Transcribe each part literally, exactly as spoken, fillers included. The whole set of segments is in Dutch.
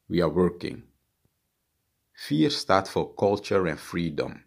We are working. Vier staat voor culture and freedom.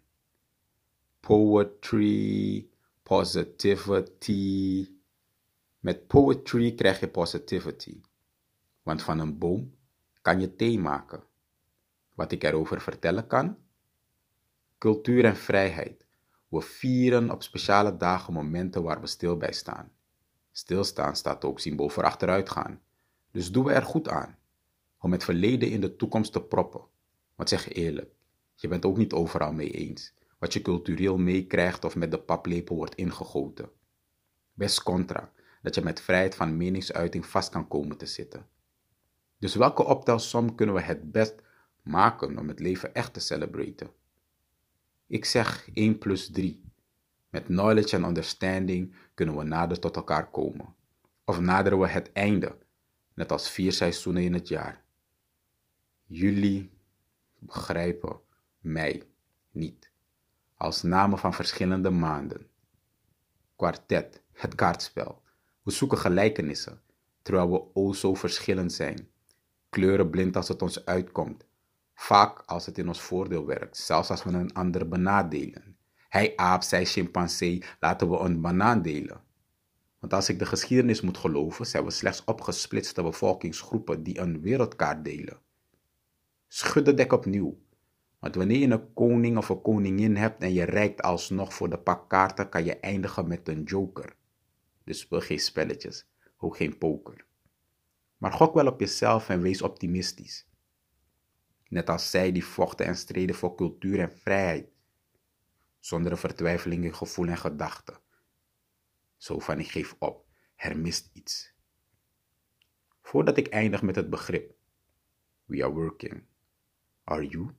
Poetry, positivity. Met poetry krijg je positivity. Want van een boom kan je thee maken. Wat ik erover vertellen kan? Cultuur en vrijheid. We vieren op speciale dagen momenten waar we stil bij staan. Stilstaan staat ook symbool voor achteruitgaan. Dus doen we er goed aan om het verleden in de toekomst te proppen. Want zeg eerlijk, je bent ook niet overal mee eens wat je cultureel meekrijgt of met de paplepel wordt ingegoten. Best contra dat je met vrijheid van meningsuiting vast kan komen te zitten. Dus welke optelsom kunnen we het best maken om het leven echt te celebraten? Ik zeg één plus drie. Met knowledge en understanding kunnen we nader tot elkaar komen. Of naderen we het einde, net als vier seizoenen in het jaar. Jullie begrijpen mij niet. Als namen van verschillende maanden. Kwartet, het kaartspel. We zoeken gelijkenissen, terwijl we o zo verschillend zijn. Kleurenblind als het ons uitkomt. Vaak als het in ons voordeel werkt, zelfs als we een ander benadelen. Hij aap, zij chimpansee, laten we een banaan delen. Want als ik de geschiedenis moet geloven, zijn we slechts opgesplitste bevolkingsgroepen die een wereldkaart delen. Schud de dek opnieuw. Want wanneer je een koning of een koningin hebt en je reikt alsnog voor de pak kaarten, kan je eindigen met een joker. Dus speel geen spelletjes, ook geen poker. Maar gok wel op jezelf en wees optimistisch. Net als zij die vochten en streden voor cultuur en vrijheid. Zonder een vertwijfeling in gevoel en gedachten. Zo van ik geef op, er mist iets. Voordat ik eindig met het begrip. We are working. Are you?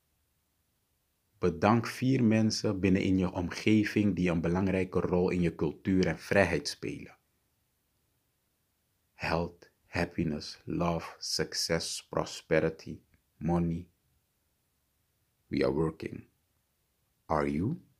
Bedank vier mensen binnen in je omgeving die een belangrijke rol in je cultuur en vrijheid spelen. Health, happiness, love, success, prosperity, money. We are working. Are you?